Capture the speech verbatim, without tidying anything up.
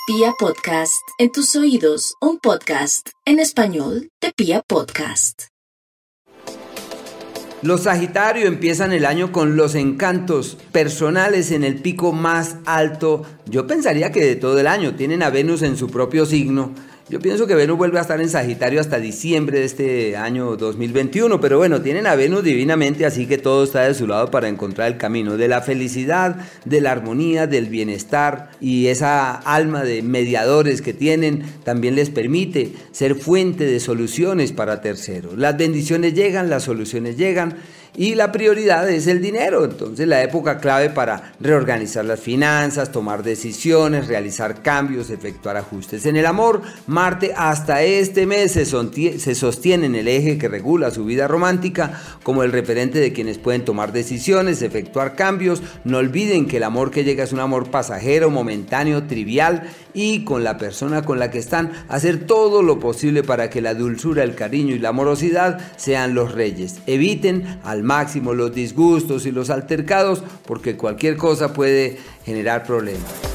Pia Podcast, en tus oídos, un podcast en español de Pia Podcast. Los Sagitario empiezan el año con los encantos personales en el pico más alto. Yo pensaría que de todo el año. Tienen a Venus en su propio signo. Yo pienso que Venus vuelve a estar en Sagitario hasta diciembre de este año dos mil veintiuno, pero bueno, tienen a Venus divinamente, así que todo está de su lado para encontrar el camino de la felicidad, de la armonía, del bienestar, y esa alma de mediadores que tienen también les permite ser fuente de soluciones para terceros. Las bendiciones llegan, las soluciones llegan, y la prioridad es el dinero. Entonces la época clave para reorganizar las finanzas, tomar decisiones, realizar cambios, efectuar ajustes. En el amor, Marte hasta este mes se, se sostiene en el eje que regula su vida romántica como el referente de quienes pueden tomar decisiones, efectuar cambios. No olviden que el amor que llega es un amor pasajero, momentáneo, trivial, y con la persona con la que están, hacer todo lo posible para que la dulzura, el cariño y la amorosidad sean los reyes. Eviten al máximo los disgustos y los altercados, porque cualquier cosa puede generar problemas.